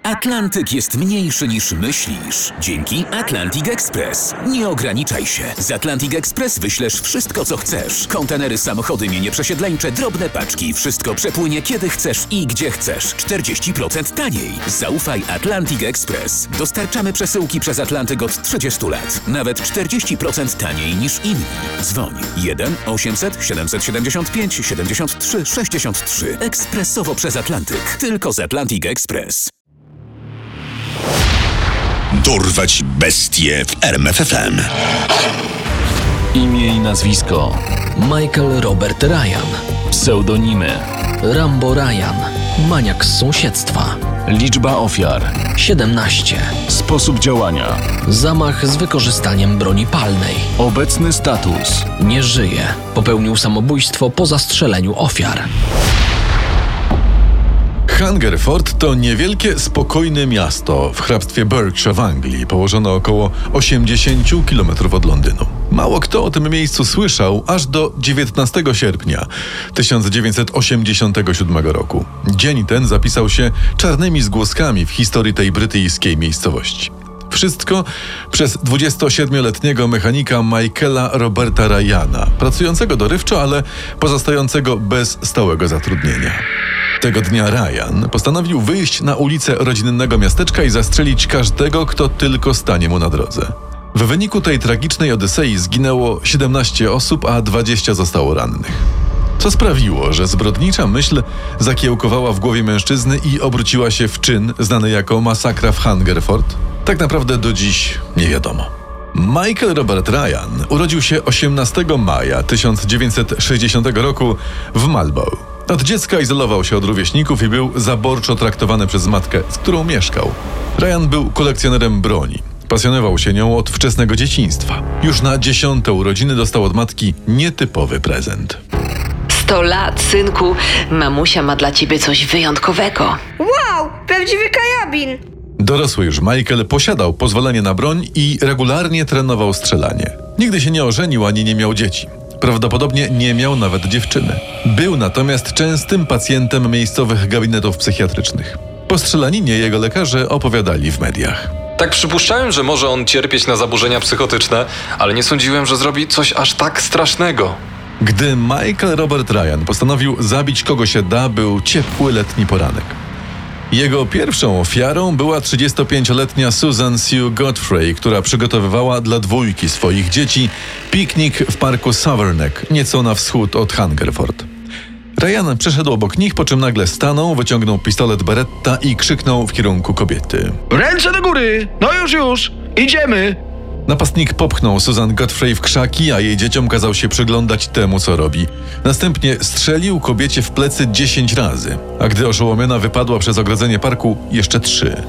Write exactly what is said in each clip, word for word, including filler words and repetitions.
Atlantyk jest mniejszy niż myślisz. Dzięki Atlantic Express. Nie ograniczaj się. Z Atlantic Express wyślesz wszystko, co chcesz. Kontenery, samochody, mienie przesiedleńcze, drobne paczki. Wszystko przepłynie kiedy chcesz i gdzie chcesz. czterdzieści procent taniej. Zaufaj Atlantic Express. Dostarczamy przesyłki przez Atlantyk od trzydziestu lat. Nawet czterdzieści procent taniej niż inni. Dzwoń jeden osiemset siedemset siedemdziesiąt pięć siedemdziesiąt trzy sześćdziesiąt trzy. Ekspresowo przez Atlantyk. Tylko z Atlantic Express. Dorwać bestie w R M F F M. Imię i nazwisko: Michael Robert Ryan. Pseudonimy: Rambo Ryan, maniak z sąsiedztwa. Liczba ofiar: siedemnaście. Sposób działania: zamach z wykorzystaniem broni palnej. Obecny status: nie żyje. Popełnił samobójstwo po zastrzeleniu ofiar. Hungerford to niewielkie, spokojne miasto w hrabstwie Berkshire w Anglii, położone około osiemdziesiąt kilometrów od Londynu. Mało kto o tym miejscu słyszał aż do dziewiętnastego sierpnia tysiąc dziewięćset osiemdziesiątego siódmego roku. Dzień ten zapisał się czarnymi zgłoskami w historii tej brytyjskiej miejscowości. Wszystko przez dwudziestosiedmioletniego mechanika Michaela Roberta Ryana, pracującego dorywczo, ale pozostającego bez stałego zatrudnienia. Tego dnia Ryan postanowił wyjść na ulicę rodzinnego miasteczka i zastrzelić każdego, kto tylko stanie mu na drodze. W wyniku tej tragicznej odysei zginęło siedemnaście osób, a dwadzieścia zostało rannych. Co sprawiło, że zbrodnicza myśl zakiełkowała w głowie mężczyzny i obróciła się w czyn znany jako masakra w Hungerford? Tak naprawdę do dziś nie wiadomo. Michael Robert Ryan urodził się osiemnastego maja tysiąc dziewięćset sześćdziesiątego roku w Marlborough. Od dziecka izolował się od rówieśników i był zaborczo traktowany przez matkę, z którą mieszkał. Ryan był kolekcjonerem broni. Pasjonował się nią od wczesnego dzieciństwa. Już na dziesiąte urodziny dostał od matki nietypowy prezent. Sto lat, synku. Mamusia ma dla ciebie coś wyjątkowego. Wow, prawdziwy karabin! Dorosły już Michael posiadał pozwolenie na broń i regularnie trenował strzelanie. Nigdy się nie ożenił ani nie miał dzieci. Prawdopodobnie nie miał nawet dziewczyny. Był natomiast częstym pacjentem miejscowych gabinetów psychiatrycznych. Po strzelaninie jego lekarze opowiadali w mediach. Tak przypuszczałem, że może on cierpieć na zaburzenia psychotyczne, ale nie sądziłem, że zrobi coś aż tak strasznego. Gdy Michael Robert Ryan postanowił zabić kogo się da, był ciepły letni poranek. Jego pierwszą ofiarą była trzydziestopięcioletnia Susan Sue Godfrey, która przygotowywała dla dwójki swoich dzieci piknik w parku Savernake, nieco na wschód od Hungerford. Ryan przeszedł obok nich, po czym nagle stanął, wyciągnął pistolet Beretta i krzyknął w kierunku kobiety. Ręce do góry! No już, już! Idziemy! Napastnik popchnął Susan Godfrey w krzaki, a jej dzieciom kazał się przyglądać temu, co robi. Następnie strzelił kobiecie w plecy dziesięć razy, a gdy oszołomiona wypadła przez ogrodzenie parku, jeszcze trzy.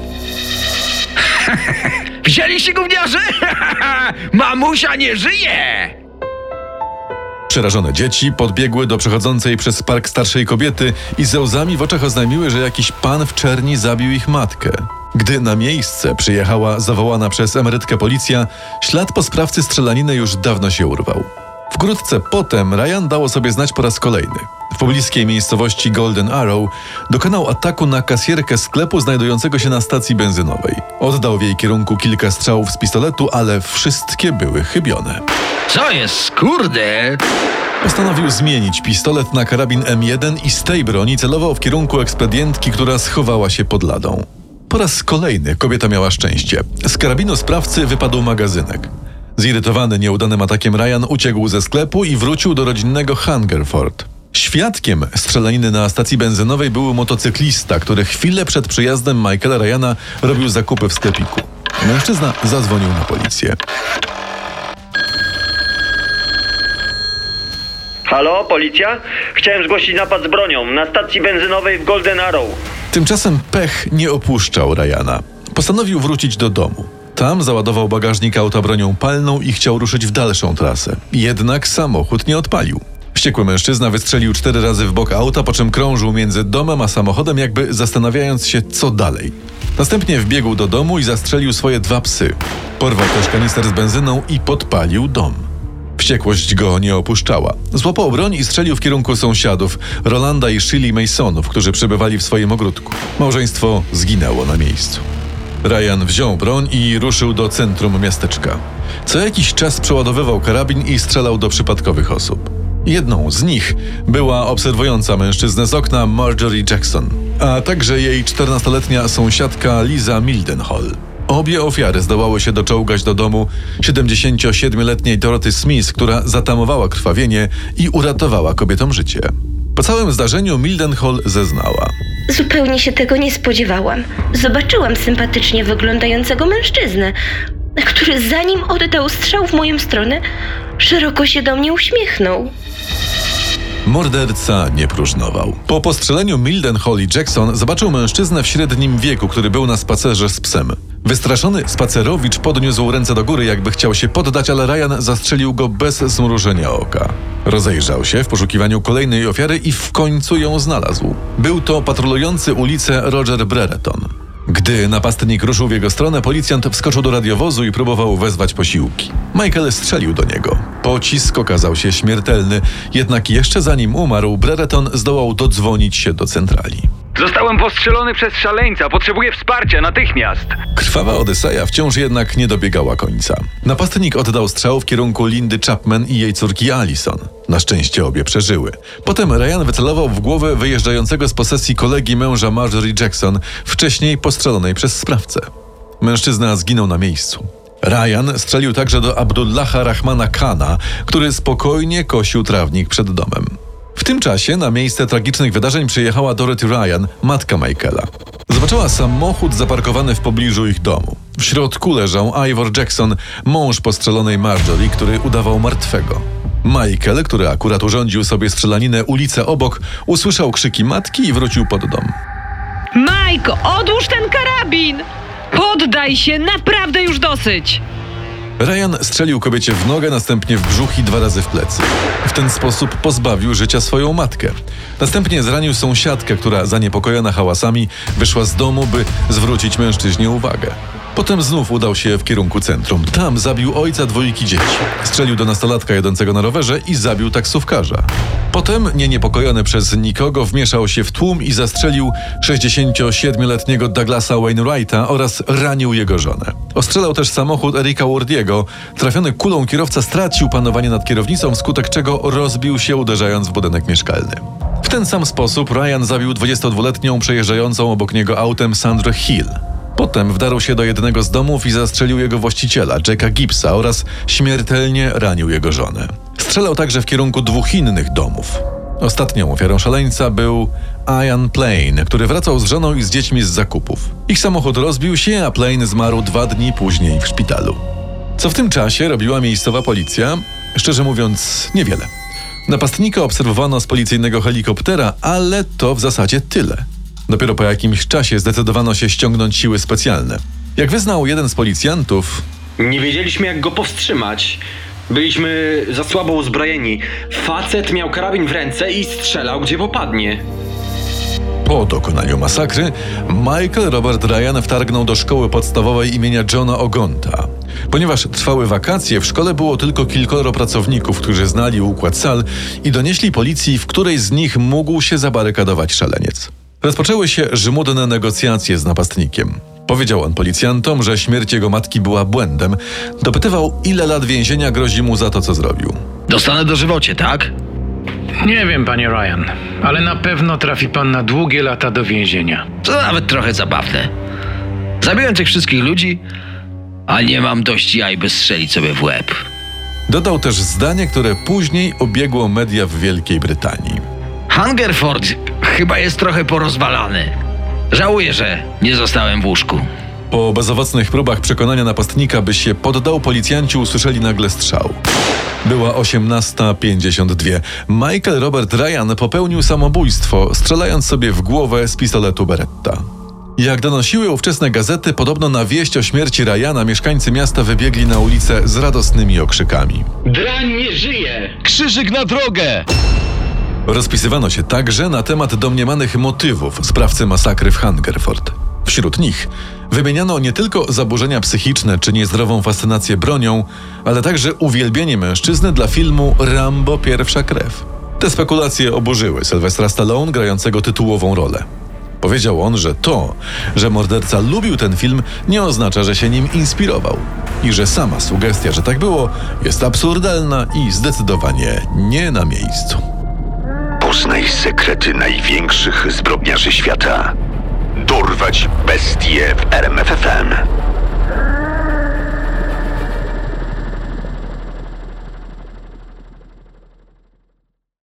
Wzięliście gówniarze? Mamusia nie żyje! Przerażone dzieci podbiegły do przechodzącej przez park starszej kobiety i ze łzami w oczach oznajmiły, że jakiś pan w czerni zabił ich matkę. Gdy na miejsce przyjechała zawołana przez emerytkę policja, ślad po sprawcy strzelaniny już dawno się urwał. Wkrótce potem Ryan dał o sobie znać po raz kolejny. W pobliskiej miejscowości Golden Arrow dokonał ataku na kasjerkę sklepu znajdującego się na stacji benzynowej. Oddał w jej kierunku kilka strzałów z pistoletu, ale wszystkie były chybione. Co jest, kurde? Postanowił zmienić pistolet na karabin M jeden i z tej broni celował w kierunku ekspedientki, która schowała się pod ladą. Po raz kolejny kobieta miała szczęście. Z karabinu sprawcy wypadł magazynek. Zirytowany nieudanym atakiem Ryan uciekł ze sklepu i wrócił do rodzinnego Hungerford. Świadkiem strzelaniny na stacji benzynowej był motocyklista, który chwilę przed przyjazdem Michaela Ryana robił zakupy w sklepiku. Mężczyzna zadzwonił na policję. Halo, policja? Chciałem zgłosić napad z bronią na stacji benzynowej w Golden Arrow. Tymczasem pech nie opuszczał Ryana. Postanowił wrócić do domu. Tam załadował bagażnik auta bronią palną i chciał ruszyć w dalszą trasę. Jednak samochód nie odpalił. Wściekły mężczyzna wystrzelił cztery razy w bok auta, po czym krążył między domem a samochodem, jakby zastanawiając się, co dalej. Następnie wbiegł do domu i zastrzelił swoje dwa psy. Porwał też kanister z benzyną i podpalił dom. Wściekłość go nie opuszczała. Złapał broń i strzelił w kierunku sąsiadów, Rolanda i Shirley Masonów, którzy przebywali w swoim ogródku. Małżeństwo zginęło na miejscu. Ryan wziął broń i ruszył do centrum miasteczka. Co jakiś czas przeładowywał karabin i strzelał do przypadkowych osób. Jedną z nich była obserwująca mężczyznę z okna Marjorie Jackson, a także jej czternastoletnia sąsiadka Liza Mildenhall. Obie ofiary zdołały się doczołgać do domu siedemdziesięciosiedmioletniej Dorothy Smith, która zatamowała krwawienie i uratowała kobietom życie. Po całym zdarzeniu Mildenhall zeznała. Zupełnie się tego nie spodziewałam. Zobaczyłam sympatycznie wyglądającego mężczyznę, który zanim oddał strzał w moją stronę, szeroko się do mnie uśmiechnął. Morderca nie próżnował. Po postrzeleniu Mildenhall i Jackson zobaczył mężczyznę w średnim wieku, który był na spacerze z psem. Wystraszony spacerowicz podniósł ręce do góry, jakby chciał się poddać, ale Ryan zastrzelił go bez zmrużenia oka. Rozejrzał się w poszukiwaniu kolejnej ofiary i w końcu ją znalazł. Był to patrolujący ulicę Roger Brereton. Gdy napastnik ruszył w jego stronę, policjant wskoczył do radiowozu i próbował wezwać posiłki. Michael strzelił do niego. Pocisk okazał się śmiertelny, jednak jeszcze zanim umarł, Brereton zdołał dodzwonić się do centrali. Zostałem postrzelony przez szaleńca, potrzebuję wsparcia natychmiast. Krwawa odyseja wciąż jednak nie dobiegała końca. Napastnik oddał strzał w kierunku Lindy Chapman i jej córki Allison. Na szczęście obie przeżyły. Potem Ryan wycelował w głowę wyjeżdżającego z posesji kolegi męża Marjorie Jackson, wcześniej postrzelonej przez sprawcę. Mężczyzna zginął na miejscu. Ryan strzelił także do Abdullaha Rahmana Khana, który spokojnie kosił trawnik przed domem. W tym czasie na miejsce tragicznych wydarzeń przyjechała Dorothy Ryan, matka Michaela. Zobaczyła samochód zaparkowany w pobliżu ich domu. W środku leżał Ivor Jackson, mąż postrzelonej Marjorie, który udawał martwego. Michael, który akurat urządził sobie strzelaninę ulicę obok, usłyszał krzyki matki i wrócił pod dom. Majko, odłóż ten karabin! Poddaj się, naprawdę już dosyć! Ryan strzelił kobiecie w nogę, następnie w brzuch i dwa razy w plecy. W ten sposób pozbawił życia swoją matkę. Następnie zranił sąsiadkę, która zaniepokojona hałasami wyszła z domu, by zwrócić mężczyźnie uwagę. Potem znów udał się w kierunku centrum. Tam zabił ojca dwójki dzieci. Strzelił do nastolatka jadącego na rowerze i zabił taksówkarza. Potem, nie niepokojony przez nikogo, wmieszał się w tłum i zastrzelił sześćdziesięciosiedmioletniego Douglasa Wainwrighta oraz ranił jego żonę. Ostrzelał też samochód Erika Wardiego. Trafiony kulą kierowca stracił panowanie nad kierownicą, wskutek czego rozbił się, uderzając w budynek mieszkalny. W ten sam sposób Ryan zabił dwudziestodwuletnią przejeżdżającą obok niego autem Sandrę Hill. Potem wdarł się do jednego z domów i zastrzelił jego właściciela, Jacka Gibbsa, oraz śmiertelnie ranił jego żonę. Strzelał także w kierunku dwóch innych domów. Ostatnią ofiarą szaleńca był Ian Plain, który wracał z żoną i z dziećmi z zakupów. Ich samochód rozbił się, a Plain zmarł dwa dni później w szpitalu. Co w tym czasie robiła miejscowa policja? Szczerze mówiąc, niewiele. Napastnika obserwowano z policyjnego helikoptera, ale to w zasadzie tyle. Dopiero po jakimś czasie zdecydowano się ściągnąć siły specjalne. Jak wyznał jeden z policjantów... Nie wiedzieliśmy, jak go powstrzymać. Byliśmy za słabo uzbrojeni. Facet miał karabin w ręce i strzelał, gdzie popadnie. Po dokonaniu masakry Michael Robert Ryan wtargnął do szkoły podstawowej imienia Johna Ogonta. Ponieważ trwały wakacje, w szkole było tylko kilkoro pracowników, którzy znali układ sal i donieśli policji, w której z nich mógł się zabarykadować szaleniec. Rozpoczęły się żmudne negocjacje z napastnikiem. Powiedział on policjantom, że śmierć jego matki była błędem. Dopytywał, ile lat więzienia grozi mu za to, co zrobił. Dostanę dożywocie, tak? Nie wiem, panie Ryan, ale na pewno trafi pan na długie lata do więzienia. To nawet trochę zabawne. Zabiłem tych wszystkich ludzi, a nie mam dość jaj, by strzelić sobie w łeb. Dodał też zdanie, które później obiegło media w Wielkiej Brytanii. Hungerford chyba jest trochę porozwalany. Żałuję, że nie zostałem w łóżku. Po bezowocnych próbach przekonania napastnika, by się poddał, policjanci usłyszeli nagle strzał. Była osiemnasta pięćdziesiąt dwa. Michael Robert Ryan popełnił samobójstwo, strzelając sobie w głowę z pistoletu Beretta. Jak donosiły ówczesne gazety, podobno na wieść o śmierci Ryana mieszkańcy miasta wybiegli na ulicę z radosnymi okrzykami. Drań nie żyje! Krzyżyk na drogę! Rozpisywano się także na temat domniemanych motywów sprawcy masakry w Hungerford. Wśród nich wymieniano nie tylko zaburzenia psychiczne czy niezdrową fascynację bronią, ale także uwielbienie mężczyzny dla filmu Rambo – Pierwsza krew. Te spekulacje oburzyły Sylwestra Stallone grającego tytułową rolę. Powiedział on, że to, że morderca lubił ten film, nie oznacza, że się nim inspirował i że sama sugestia, że tak było, jest absurdalna i zdecydowanie nie na miejscu. Poznaj sekrety największych zbrodniarzy świata. Dorwać bestie w R M F F M.